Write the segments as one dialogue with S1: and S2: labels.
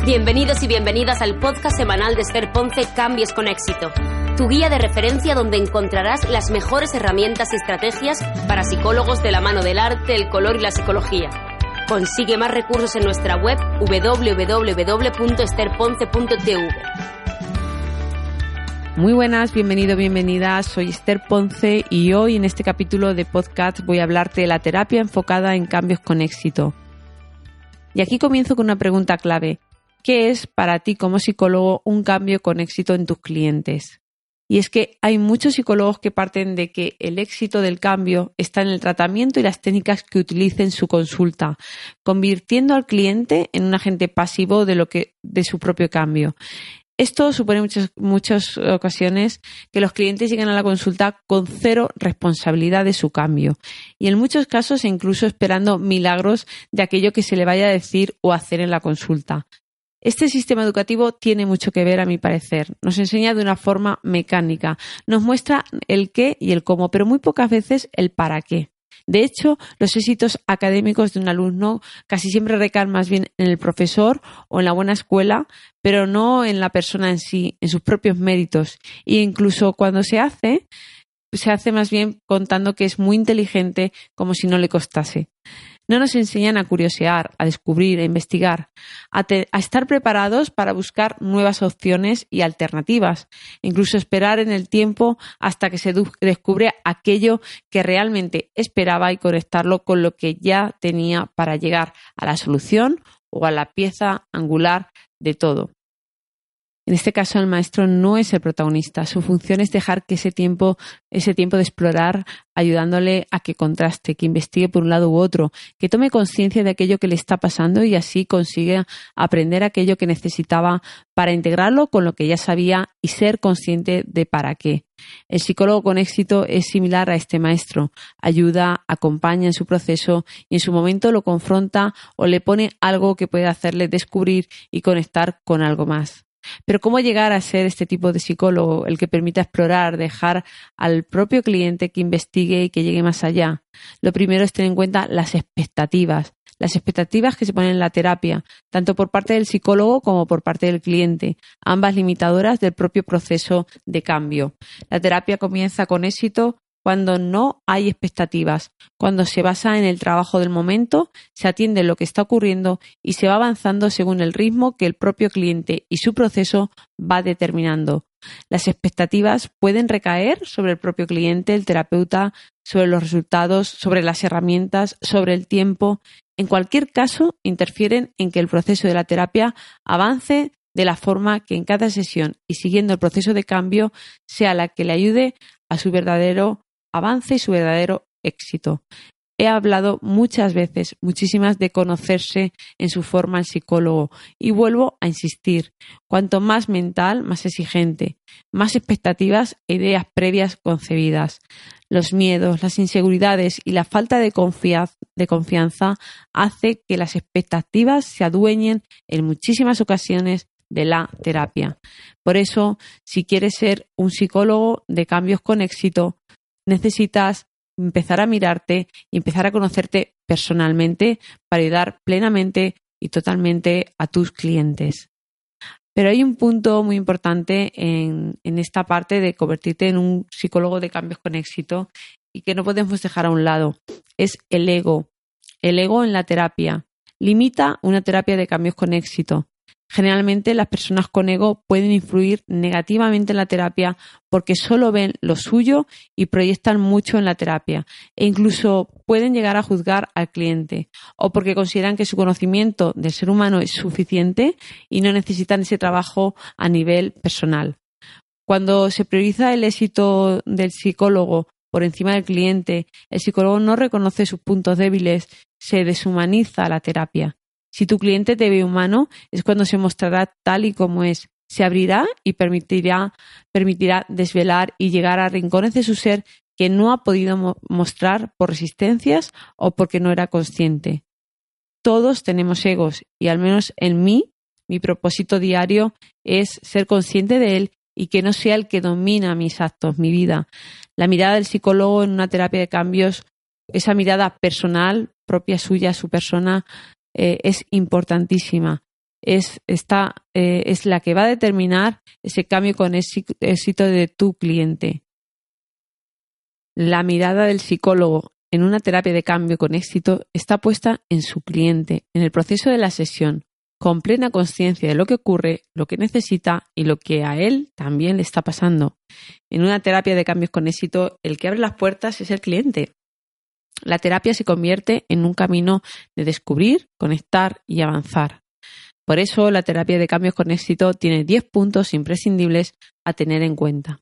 S1: Bienvenidos y bienvenidas al podcast semanal de Esther Ponce, Cambios con Éxito, tu guía de referencia donde encontrarás las mejores herramientas y estrategias para psicólogos de la mano del arte, el color y la psicología. Consigue más recursos en nuestra web www.esterponce.tv.
S2: Muy buenas, bienvenido, bienvenida. Soy Esther Ponce y hoy en este capítulo de podcast voy a hablarte de la terapia enfocada en cambios con éxito. Y aquí comienzo con una pregunta clave. ¿Qué es para ti como psicólogo un cambio con éxito en tus clientes? Y es que hay muchos psicólogos que parten de que el éxito del cambio está en el tratamiento y las técnicas que utilice en su consulta, convirtiendo al cliente en un agente pasivo de su propio cambio. Esto supone muchas ocasiones que los clientes lleguen a la consulta con cero responsabilidad de su cambio y en muchos casos incluso esperando milagros de aquello que se le vaya a decir o hacer en la consulta. Este sistema educativo tiene mucho que ver, a mi parecer. Nos enseña de una forma mecánica, nos muestra el qué y el cómo, pero muy pocas veces el para qué. De hecho, los éxitos académicos de un alumno casi siempre recaen más bien en el profesor o en la buena escuela, pero no en la persona en sí, en sus propios méritos. E incluso cuando se hace más bien contando que es muy inteligente como si no le costase. No nos enseñan a curiosear, a descubrir, a investigar, a estar preparados para buscar nuevas opciones y alternativas, incluso esperar en el tiempo hasta que se descubre aquello que realmente esperaba y conectarlo con lo que ya tenía para llegar a la solución o a la pieza angular de todo. En este caso, el maestro no es el protagonista. Su función es dejar que ese tiempo de explorar, ayudándole a que contraste, que investigue por un lado u otro, que tome conciencia de aquello que le está pasando y así consiga aprender aquello que necesitaba para integrarlo con lo que ya sabía y ser consciente de para qué. El psicólogo con éxito es similar a este maestro. Ayuda, acompaña en su proceso y en su momento lo confronta o le pone algo que puede hacerle descubrir y conectar con algo más. Pero ¿cómo llegar a ser este tipo de psicólogo, el que permita explorar, dejar al propio cliente que investigue y que llegue más allá? Lo primero es tener en cuenta las expectativas que se ponen en la terapia, tanto por parte del psicólogo como por parte del cliente, ambas limitadoras del propio proceso de cambio. La terapia comienza con éxito cuando no hay expectativas, cuando se basa en el trabajo del momento, se atiende lo que está ocurriendo y se va avanzando según el ritmo que el propio cliente y su proceso va determinando. Las expectativas pueden recaer sobre el propio cliente, el terapeuta, sobre los resultados, sobre las herramientas, sobre el tiempo. En cualquier caso, interfieren en que el proceso de la terapia avance de la forma que en cada sesión y siguiendo el proceso de cambio sea la que le ayude a su verdadero avance y su verdadero éxito. He hablado muchas veces, muchísimas, de conocerse en su forma el psicólogo y vuelvo a insistir. Cuanto más mental, más exigente, más expectativas e ideas previas concebidas. Los miedos, las inseguridades y la falta de confianza hace que las expectativas se adueñen en muchísimas ocasiones de la terapia. Por eso, si quieres ser un psicólogo de cambios con éxito, necesitas empezar a mirarte y empezar a conocerte personalmente para ayudar plenamente y totalmente a tus clientes. Pero hay un punto muy importante en esta parte de convertirte en un psicólogo de cambios con éxito y que no podemos dejar a un lado. Es el ego. El ego en la terapia. Limita una terapia de cambios con éxito. Generalmente las personas con ego pueden influir negativamente en la terapia porque solo ven lo suyo y proyectan mucho en la terapia e incluso pueden llegar a juzgar al cliente o porque consideran que su conocimiento del ser humano es suficiente y no necesitan ese trabajo a nivel personal. Cuando se prioriza el éxito del psicólogo por encima del cliente, el psicólogo no reconoce sus puntos débiles, se deshumaniza la terapia. Si tu cliente te ve humano, es cuando se mostrará tal y como es. Se abrirá y permitirá desvelar y llegar a rincones de su ser que no ha podido mostrar por resistencias o porque no era consciente. Todos tenemos egos y al menos en mí, mi propósito diario es ser consciente de él y que no sea el que domina mis actos, mi vida. La mirada del psicólogo en una terapia de cambios, esa mirada personal, propia suya, su persona, es importantísima. es la que va a determinar ese cambio con éxito de tu cliente. La mirada del psicólogo en una terapia de cambio con éxito está puesta en su cliente, en el proceso de la sesión, con plena conciencia de lo que ocurre, lo que necesita y lo que a él también le está pasando. En una terapia de cambios con éxito, el que abre las puertas es el cliente. La terapia se convierte en un camino de descubrir, conectar y avanzar. Por eso, la terapia de cambios con éxito tiene 10 puntos imprescindibles a tener en cuenta.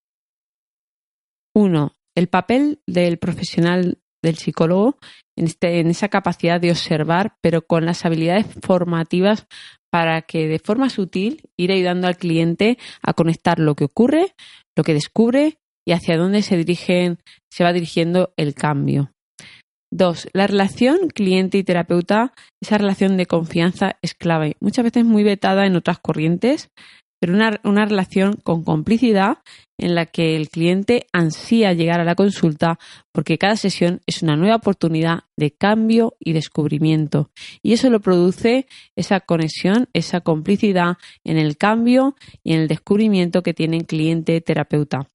S2: 1. El papel del profesional del psicólogo en esa capacidad de observar, pero con las habilidades formativas para que de forma sutil ir ayudando al cliente a conectar lo que ocurre, lo que descubre y hacia dónde se va dirigiendo el cambio. 2. La relación cliente y terapeuta, esa relación de confianza es clave. Muchas veces muy vetada en otras corrientes, pero una relación con complicidad en la que el cliente ansía llegar a la consulta porque cada sesión es una nueva oportunidad de cambio y descubrimiento. Y eso lo produce esa conexión, esa complicidad en el cambio y en el descubrimiento que tienen cliente-terapeuta.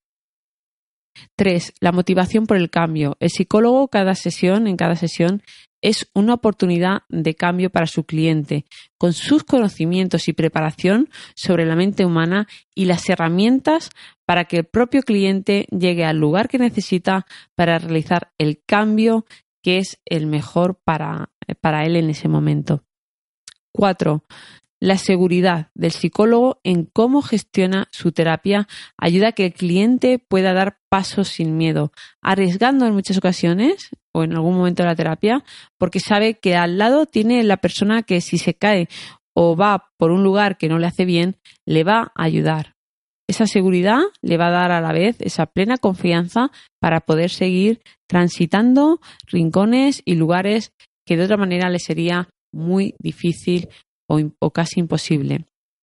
S2: 3. La motivación por el cambio. El psicólogo en cada sesión es una oportunidad de cambio para su cliente, con sus conocimientos y preparación sobre la mente humana y las herramientas para que el propio cliente llegue al lugar que necesita para realizar el cambio que es el mejor para él en ese momento. 4. La seguridad del psicólogo en cómo gestiona su terapia ayuda a que el cliente pueda dar pasos sin miedo, arriesgando en muchas ocasiones o en algún momento de la terapia, porque sabe que al lado tiene la persona que si se cae o va por un lugar que no le hace bien, le va a ayudar. Esa seguridad le va a dar a la vez esa plena confianza para poder seguir transitando rincones y lugares que de otra manera le sería muy difícil o casi imposible.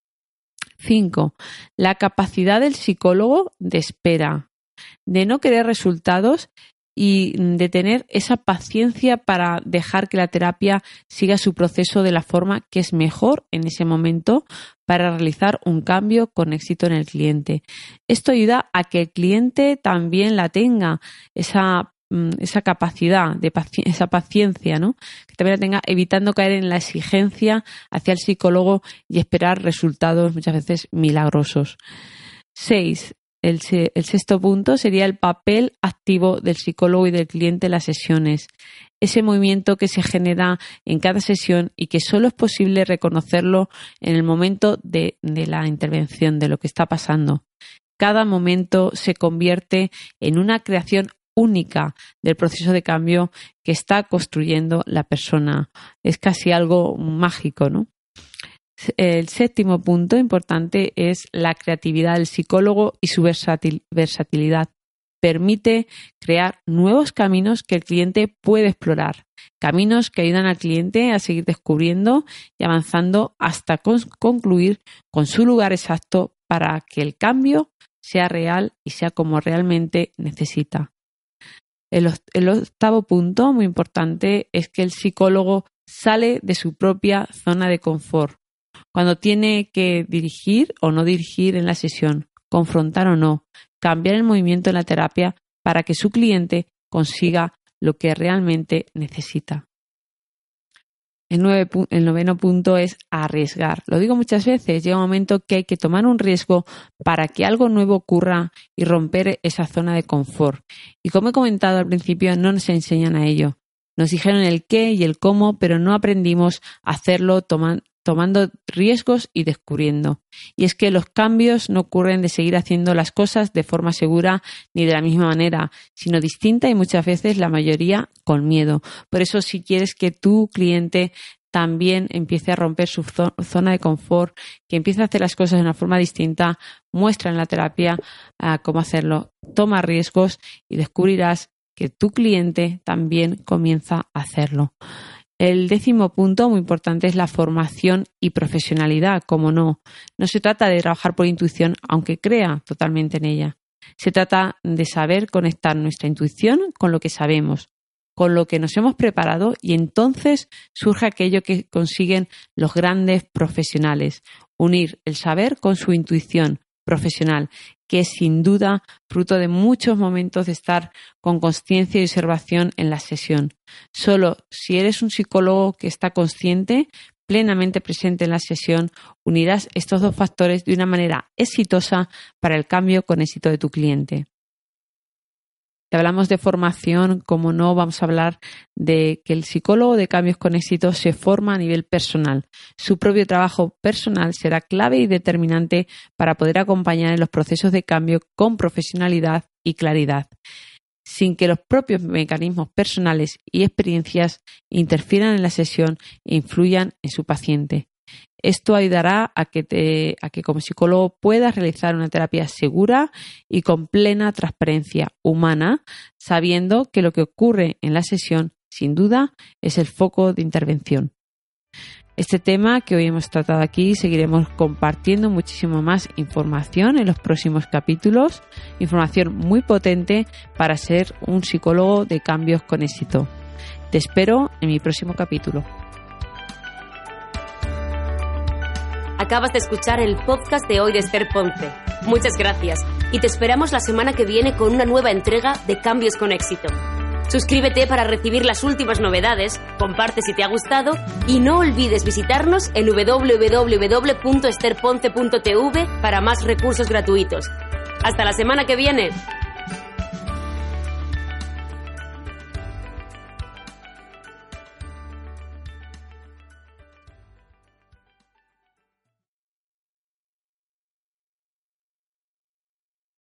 S2: 5. La capacidad del psicólogo de espera, de no querer resultados y de tener esa paciencia para dejar que la terapia siga su proceso de la forma que es mejor en ese momento para realizar un cambio con éxito en el cliente. Esto ayuda a que el cliente también la tenga, esa capacidad, esa paciencia, ¿no? Que también la tenga, evitando caer en la exigencia hacia el psicólogo y esperar resultados muchas veces milagrosos. 6. El sexto punto sería el papel activo del psicólogo y del cliente en las sesiones. Ese movimiento que se genera en cada sesión y que solo es posible reconocerlo en el momento de la intervención, de lo que está pasando. Cada momento se convierte en una creación única del proceso de cambio que está construyendo la persona. Es casi algo mágico, ¿no? El séptimo punto importante es la creatividad del psicólogo y su versatilidad. Permite crear nuevos caminos que el cliente puede explorar, caminos que ayudan al cliente a seguir descubriendo y avanzando hasta concluir con su lugar exacto para que el cambio sea real y sea como realmente necesita. El octavo punto, muy importante, es que el psicólogo sale de su propia zona de confort. Cuando tiene que dirigir o no dirigir en la sesión, confrontar o no, cambiar el movimiento en la terapia para que su cliente consiga lo que realmente necesita. El noveno punto es arriesgar. Lo digo muchas veces, llega un momento que hay que tomar un riesgo para que algo nuevo ocurra y romper esa zona de confort. Y como he comentado al principio, no nos enseñan a ello. Nos dijeron el qué y el cómo, pero no aprendimos a hacerlo tomando riesgos y descubriendo. Y es que los cambios no ocurren de seguir haciendo las cosas de forma segura ni de la misma manera, sino distinta y muchas veces la mayoría con miedo. Por eso, si quieres que tu cliente también empiece a romper su zona de confort, que empiece a hacer las cosas de una forma distinta, muestra en la terapia cómo hacerlo. Toma riesgos y descubrirás que tu cliente también comienza a hacerlo. El 10º punto, muy importante, es la formación y profesionalidad, como no. No se trata de trabajar por intuición, aunque crea totalmente en ella. Se trata de saber conectar nuestra intuición con lo que sabemos, con lo que nos hemos preparado y entonces surge aquello que consiguen los grandes profesionales, unir el saber con su intuición profesional, que es sin duda fruto de muchos momentos de estar con consciencia y observación en la sesión. Solo si eres un psicólogo que está consciente, plenamente presente en la sesión, unirás estos dos factores de una manera exitosa para el cambio con éxito de tu cliente. Si hablamos de formación, como no, vamos a hablar de que el psicólogo de cambios con éxito se forma a nivel personal. Su propio trabajo personal será clave y determinante para poder acompañar en los procesos de cambio con profesionalidad y claridad, sin que los propios mecanismos personales y experiencias interfieran en la sesión e influyan en su paciente. Esto ayudará a que como psicólogo puedas realizar una terapia segura y con plena transparencia humana, sabiendo que lo que ocurre en la sesión, sin duda, es el foco de intervención. Este tema que hoy hemos tratado aquí, seguiremos compartiendo muchísimo más información en los próximos capítulos, información muy potente para ser un psicólogo de cambios con éxito. Te espero en mi próximo capítulo.
S1: Acabas de escuchar el podcast de hoy de Esther Ponce. Muchas gracias y te esperamos la semana que viene con una nueva entrega de Cambios con Éxito. Suscríbete para recibir las últimas novedades, comparte si te ha gustado y no olvides visitarnos en www.esterponce.tv para más recursos gratuitos. ¡Hasta la semana que viene!